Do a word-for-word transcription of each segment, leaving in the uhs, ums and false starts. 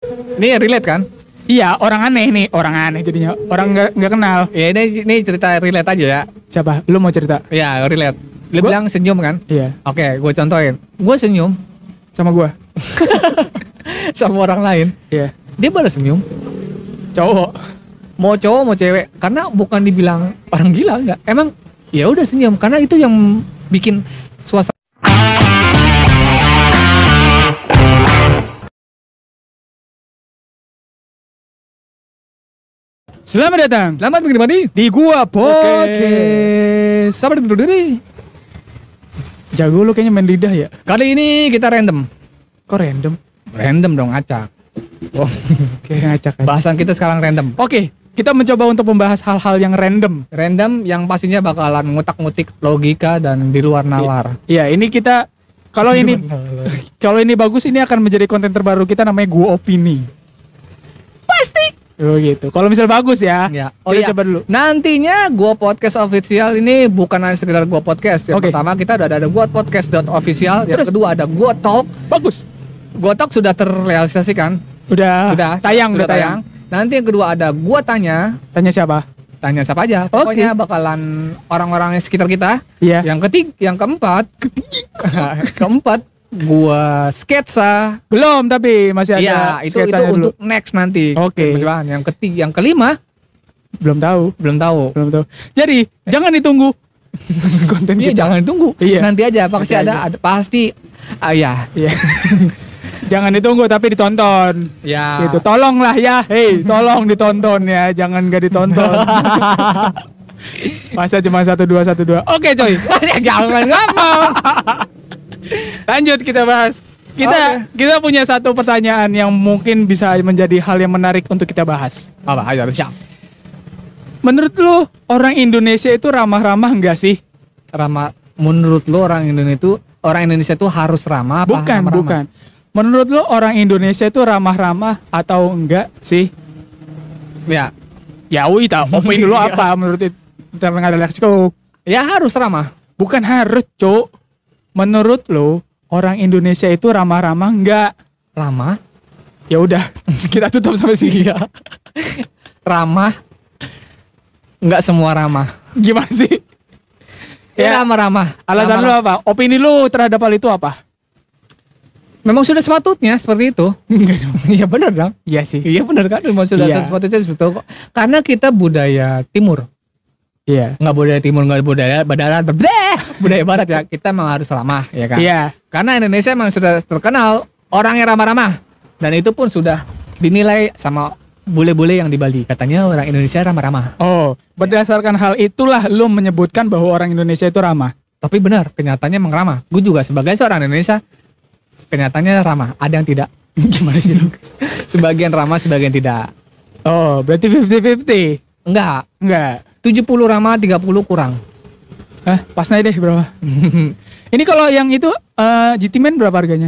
Ini relate kan? Iya, orang aneh nih, orang aneh jadinya. Orang nggak nggak kenal. Ya ini, ini cerita relate aja ya. Siapa? Lu mau cerita? Ya relate. Lu Gua- bilang senyum kan? Iya, Oke, gue contohin. Gue senyum sama gua. sama orang lain. Iya. Dia balas senyum. Cowok. Mau cowok mau cewek. Karena bukan dibilang orang gila enggak. Emang ya udah senyum. Karena itu yang bikin suasana. Selamat datang Selamat menikmati. di Gua Podcast. Sabar dulu diri. Jago lu kayaknya main lidah ya. Kali ini kita random. Kok random? Random dong, acak. Oh, Kayak ngacak aja. bahasan kita sekarang random. Oke, kita mencoba untuk membahas hal-hal yang random. Random yang pastinya bakalan ngutak-ngutik logika dan di luar nalar. Iya, ini kita kalau ini kalau ini bagus ini akan menjadi konten terbaru kita namanya Gua Opini. Pasti. Oh gitu. Kalau misal bagus ya. Ya. Oh kita coba dulu. Nantinya Gua Podcast Official ini bukan hanya sekedar Gua Podcast. Yang Oke. pertama kita udah ada Gua Podcast dot official. Yang Terus? kedua ada Gua Talk. Bagus. Gua Talk sudah terrealisasikan. Udah, sudah tayang, sudah udah tayang. Nanti yang kedua ada Gua Tanya. Tanya siapa? Tanya siapa aja. Oke. Pokoknya bakalan orang-orang yang sekitar kita. Iya. Yang ketik, yang keempat, keempat gua sketsa. Belum tapi masih ada Iya, itu itu sketsanya dulu. untuk next nanti. Oke. Mas Bahan. Yang ketiga, yang kelima Belum tahu. belum tahu. Belum tahu. Jadi, jangan ditunggu konten Iya, kita. jangan tunggu. Iya. Nanti aja pasti Nanti ada, aja. ada pasti. Ah ya, Iya. Jangan ditunggu tapi ditonton. ya. Gitu. Tolonglah ya. Hei, tolong ditonton ya. Jangan gak ditonton. Masa cuma satu dua satu dua. Oke, coy. Jangan ngomong. Lanjut kita bahas. Kita kita punya satu pertanyaan yang mungkin bisa menjadi hal yang menarik untuk kita bahas. Apa? Ayo, siap. Menurut lu orang Indonesia itu ramah-ramah enggak sih? Ramah. Menurut lo orang Indonesia itu orang Indonesia itu harus ramah? Apa Bukan, ramah-ramah? bukan. Menurut lu orang Indonesia itu ramah-ramah atau enggak sih? Ya, Ya, wih, tahu opini lu apa menurut itu? Kita ada Lexco. ya harus ramah. Bukan harus, Cuk. Menurut lu orang Indonesia itu ramah-ramah enggak? Ramah? Ya udah, kita tutup sampai sini ya. Ramah? Enggak semua ramah. Gimana sih? Ya, Ya, ramah-ramah. alasan lu Ramah-ramah. apa? Opini lu terhadap hal itu apa? Memang sudah sepatutnya seperti itu. Enggak dong. Iya benar dong. Iya sih. Iya benar kan. Memang sudah Iya. sepatutnya seperti itu. Karena kita budaya timur. Iya. Nggak budaya timur, nggak budaya budaya bleh, budaya barat ya. Kita memang harus ramah ya kan. Iya. Karena Indonesia memang sudah terkenal orang yang ramah-ramah. Dan itu pun sudah dinilai sama bule-bule yang di Bali. Katanya orang Indonesia ramah-ramah. Oh, berdasarkan hal itulah lu menyebutkan bahwa orang Indonesia itu ramah. Tapi benar, kenyataannya memang ramah. Gue juga sebagai seorang Indonesia, kenyataannya ramah. Ada yang tidak. Gimana sih lu? Sebagian ramah, sebagian tidak. Oh, berarti lima puluh lima puluh. Enggak. Enggak. tujuh puluh ramah, tiga puluh kurang. Hah, pas naik deh berapa? Ini kalau yang itu eh, G T Man berapa harganya?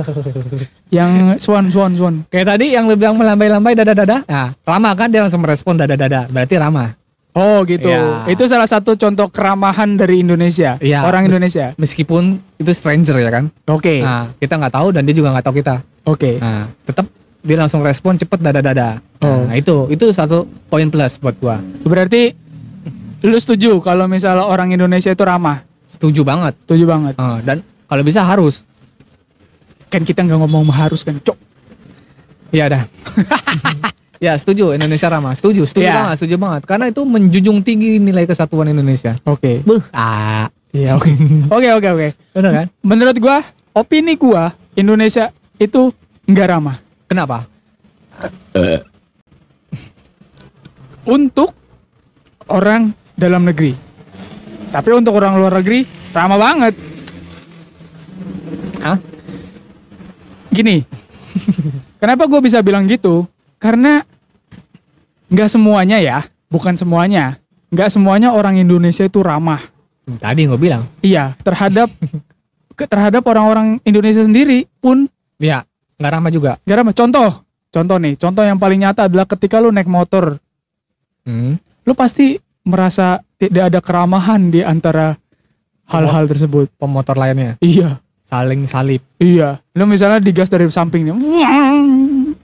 Yang Swan Swan Swan. Kayak tadi yang lu bilang melambai-lambai dada-dada. Nah, ramah kan dia langsung merespon dada-dada. Berarti ramah. Oh gitu. Ya. Itu salah satu contoh keramahan dari Indonesia. Iya, Orang mes- Indonesia. Meskipun itu stranger ya kan. Oke. Nah, kita nggak tahu dan dia juga nggak tahu kita. Oke. Nah, tetap dia langsung respon cepet dada-dada. Oh. Nah, itu itu satu poin plus buat gua. Berarti lu setuju kalau misalnya orang Indonesia itu ramah? Setuju banget. Setuju banget. Nah, dan kalau bisa harus. Kan kita nggak ngomong harus kan, Cok. Iya dah. Ya, setuju Indonesia ramah. Setuju, setuju Iya. banget, setuju banget. Karena itu menjunjung tinggi nilai kesatuan Indonesia. Oke. Buh, ah. Iya, oke. Oke, oke, oke. Benar kan? Menurut gua, opini gua Indonesia itu nggak ramah. Kenapa? Untuk orang dalam negeri. Tapi untuk orang luar negeri ramah banget. Hah? Gini. Kenapa gue bisa bilang gitu? Karena nggak semuanya ya, bukan semuanya. Nggak semuanya orang Indonesia itu ramah. Tadi gue bilang. Iya, terhadap ke- terhadap orang-orang Indonesia sendiri pun Iya, nggak ramah juga. nggak ramah. Contoh, contoh nih, contoh yang paling nyata adalah ketika lu naik motor, Hmm. lu pasti merasa tidak ada keramahan di antara hal-hal tersebut. Pemotor lainnya Iya, saling salip. iya. Lu misalnya digas dari samping nih,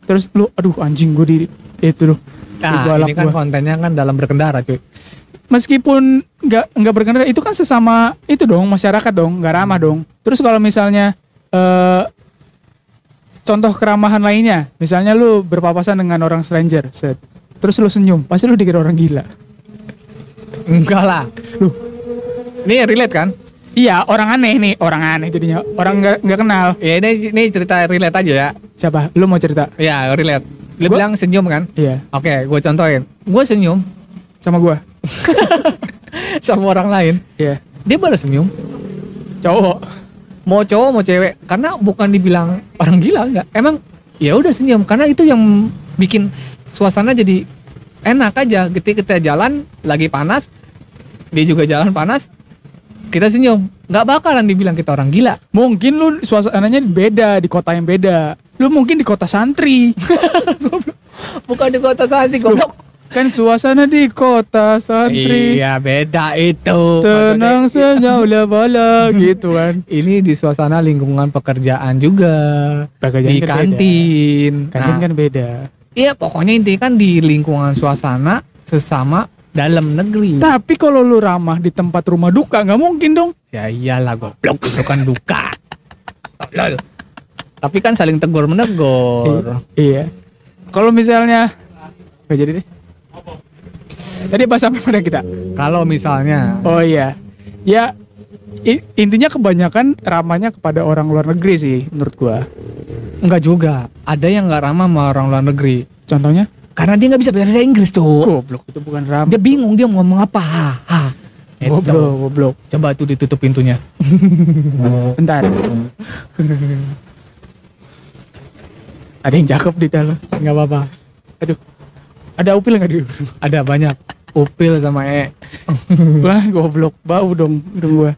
terus lu aduh anjing gue di itu loh. Nah, dibalap ini kan gua. kontennya kan dalam berkendara, cuy. Meskipun nggak nggak berkendara itu kan sesama itu dong masyarakat dong, nggak ramah dong. Terus kalau misalnya eh, contoh keramahan lainnya, misalnya lu berpapasan dengan orang stranger, set, terus lu senyum, pasti lu dikira orang gila. Enggak lah. Loh, Ini relate kan? iya orang aneh nih, orang aneh jadinya, orang nggak nggak kenal. Ya ini, ini cerita relate aja ya. Siapa? Lu mau cerita? Ya relate. Lu Gua- bilang senyum kan? Iya, Oke, gue contohin. Gue senyum sama gua. sama orang lain. Iya, Dia balas senyum. cowok. Mau cowok mau cewek. Karena bukan dibilang orang gila, enggak. Emang ya udah senyum. Karena itu yang bikin suasana jadi enak aja. Ketika kita jalan lagi panas, dia juga jalan panas, kita senyum. Nggak bakalan dibilang kita orang gila. Mungkin lu suasananya beda di kota yang beda. Lu mungkin di kota santri. Bukan di kota santri, goblok. Kan suasana di kota santri. Iya, beda itu. Tenang Maksudnya, saja ulah bala gitu kan. ini di suasana lingkungan pekerjaan juga. Pekerjaan Di kan kantin. Kantin Nah, kan beda. iya, pokoknya intinya kan di lingkungan suasana sesama dalam negeri. Tapi kalau lu ramah di tempat rumah duka nggak mungkin dong. Ya iyalah goblok, itu kan duka. Lol. Tapi kan saling tegur menegur. Iya. Kalau misalnya nggak jadi deh. Tadi bahas apa pada kita? Kalau misalnya Oh iya. Ya i- intinya kebanyakan ramahnya kepada orang luar negeri sih menurut gua. enggak juga, ada yang nggak ramah sama orang luar negeri. Contohnya? Karena dia nggak bisa bahasa Inggris tuh. Goblok itu bukan ramah. Dia bingung dia mau ngomong apa. Ha, ha. Itu. Goblok, goblok. Coba tuh ditutup pintunya. Bentar. Ada yang cakep di dalam. Nggak apa-apa. Aduh. Ada upil nggak di? Ada banyak. Upil sama E. Wah, goblok. Bau dong hidung gua.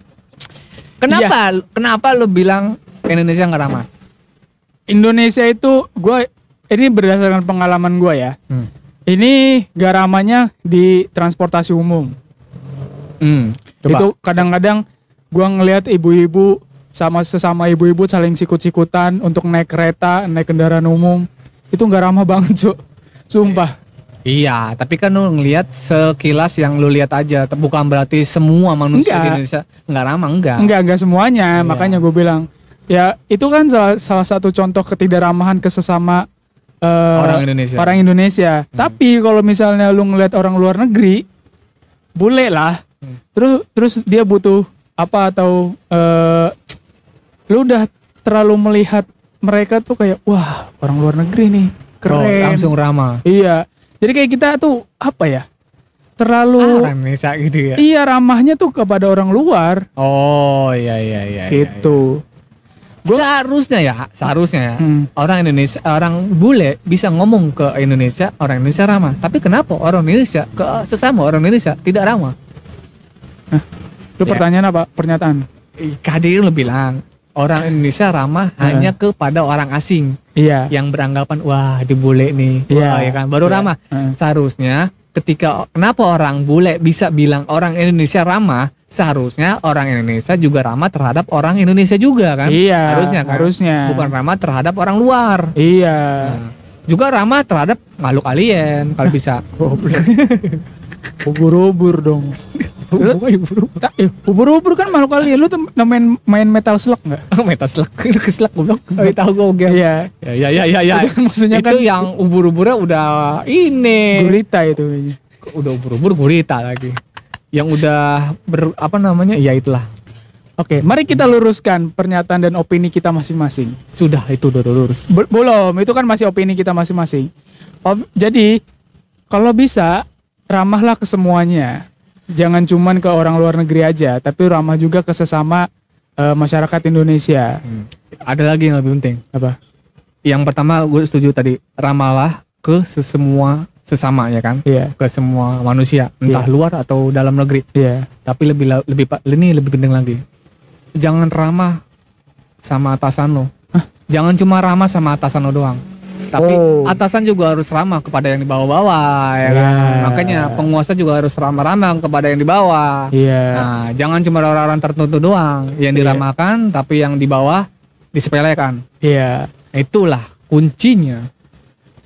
Kenapa? Kenapa lu bilang Indonesia nggak ramah? Indonesia itu gua ini berdasarkan pengalaman gua ya. Hmm. Ini gak ramahnya di transportasi umum. Hmm. Coba. Itu kadang-kadang gua ngelihat ibu-ibu sama sesama ibu-ibu saling sikut-sikutan untuk naik kereta, naik kendaraan umum. Itu gak ramah banget, Cuk. Sumpah. Iya, tapi kan lu ngelihat sekilas yang lu lihat aja, bukan berarti semua manusia Enggak. di Indonesia nggak ramah, enggak. Enggak, enggak semuanya. Iya. Makanya gue bilang, ya itu kan salah, salah satu contoh ketidakramahan ke sesama eh, Orang Indonesia. Orang Indonesia. Tapi kalau misalnya lu ngeliat orang luar negeri, boleh lah. Hmm. Terus terus dia butuh apa atau eh, lu udah terlalu melihat mereka tuh kayak wah orang luar negeri nih keren. Oh, langsung ramah. Iya. Jadi kayak kita tuh apa ya? Terlalu Orang Indonesia gitu ya. iya ramahnya tuh kepada orang luar Oh, iya iya iya. gitu. Gua seharusnya ya, seharusnya Hmm. orang Indonesia, orang bule bisa ngomong ke Indonesia, orang Indonesia ramah. Tapi kenapa orang Indonesia ke sesama orang Indonesia tidak ramah? Lu Ya. pertanyaan apa? Pernyataan. Kadir lu bilang orang Indonesia ramah Hmm. hanya kepada orang asing Iya. yang beranggapan wah di bule nih, Iya. wah ya kan baru Iya. ramah. Heeh. Seharusnya ketika kenapa orang bule bisa bilang orang Indonesia ramah, seharusnya orang Indonesia juga ramah terhadap orang Indonesia juga kan? Iya, harusnya kan? harusnya. Bukan ramah terhadap orang luar. Iya. Nah, juga ramah terhadap makhluk alien kalau bisa. Goblok. Ubur-ubur dong. Tak, eh, ubur-ubur kan makhluk alien. Lu tuh main main Metal Slug enggak? Meta selek, keselak goblok. Oh, tahu gue game. Iya. Ya ya ya ya. ya. Itu kan maksudnya itu kan yang ubur-uburnya udah ini. gurita itu kayaknya. Udah ubur-ubur gurita lagi. Yang udah ber apa namanya? Ya itulah. Oke, mari kita luruskan pernyataan dan opini kita masing-masing. Sudah itu udah lurus. Be- belum, itu kan masih opini kita masing-masing. Ob- jadi kalau bisa ramahlah ke semuanya. Jangan cuman ke orang luar negeri aja, tapi ramah juga ke sesama eh, masyarakat Indonesia. Ada lagi yang lebih penting. Apa? Yang pertama gue setuju tadi, ramalah ke sesemua sesama ya kan? Iya, Ke semua manusia, entah Iya. luar atau dalam negeri. iya. Tapi lebih la- lebih pa- ini lebih penting lagi. Jangan ramah sama atasan lo. Jangan cuma ramah sama atasan lo doang. Tapi Oh. atasan juga harus ramah kepada yang di bawah-bawah ya kan. Iya. Makanya penguasa juga harus ramah-ramah kepada yang di bawah. Iya. Nah, jangan cuma orang-orang tertentu doang yang Iya. diramahkan tapi yang di bawah disepelekan. Iya. Itulah kuncinya.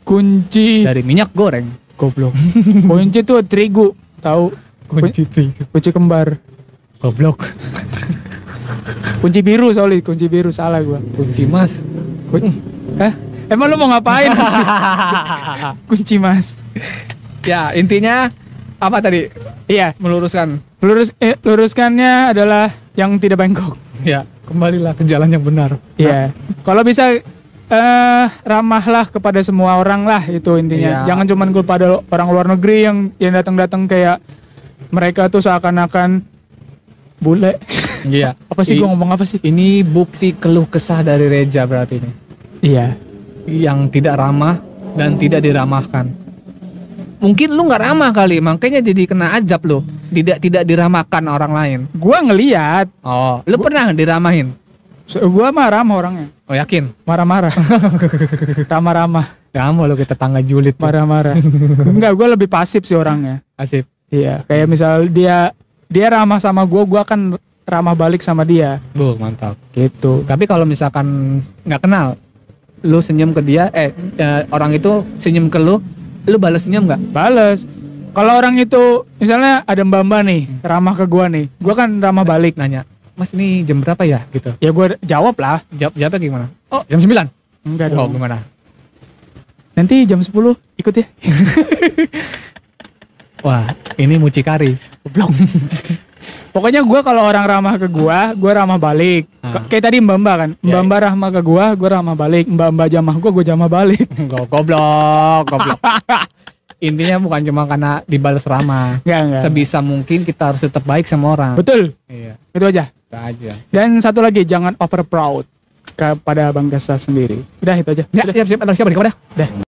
Kunci Dari minyak goreng. goblok. Kunci tuh terigu, tahu? Kunci tiga. Kunci kembar. Goblok. Kunci biru soalnya, kunci biru salah gua. Kunci mas. Kun- eh, emang lu mau ngapain? Kunci mas. Ya intinya apa tadi? Iya, Meluruskan. lurus eh, luruskannya adalah yang tidak bengkok. Ya kembalilah ke jalan yang benar. Iya. Kalau bisa eh ramahlah kepada semua orang lah, itu intinya. Iya. Jangan cuman kepada orang luar negeri yang yang datang-datang kayak mereka tuh seakan-akan bule. Iya. Apa sih I- gua ngomong apa sih? Ini bukti keluh kesah dari Reja berarti ini. Iya. Yang tidak ramah dan tidak diramahkan. Mungkin lu nggak ramah kali, makanya jadi kena azab lu. Tidak tidak diramahkan orang lain. Gua ngelihat, Oh, lu pernah diramahin? so- gua mah ramah orangnya. Oh yakin? Marah-marah. Ramah-ramah, Kamu lo ke tetangga julid. tuh. marah-marah. Enggak, gua lebih pasif sih orangnya. Asip. Iya, kayak misal dia dia ramah sama gua, gua akan ramah balik sama dia. Bu, mantap. Gitu. Tapi kalau misalkan nggak kenal, lu senyum ke dia, eh, eh, orang itu senyum ke lu, lu balas senyum nggak? Bales. Kalau orang itu misalnya ada mbak-mbak nih, ramah ke gua nih, gua kan ramah balik. Nanya, Mas ini jam berapa ya? Gitu. Ya gua jawab lah. Jawab jawabnya gimana? Oh, jam sembilan. Enggak Oh, dong. gimana? Nanti jam sepuluh ikut ya. Wah, ini mucikari. Goblok. Pokoknya gua kalau orang ramah ke gua, gua ramah balik. Ah. K- Kayak tadi mbak-mbak kan. Ya, Mbak-mbak ramah ke gua, gua ramah balik. Mbak-mbak jamah gua, gua jamah balik. Go- Goblok, goblok. Intinya bukan cuma karena dibalas ramah. Enggak, enggak. Sebisa mungkin kita harus tetap baik sama orang. Betul. Iya, Itu aja. itu aja. Dan satu lagi, jangan over proud kepada bangsa sendiri. Udah itu aja. Ya, siap siap, siap, siap, siap, Udah.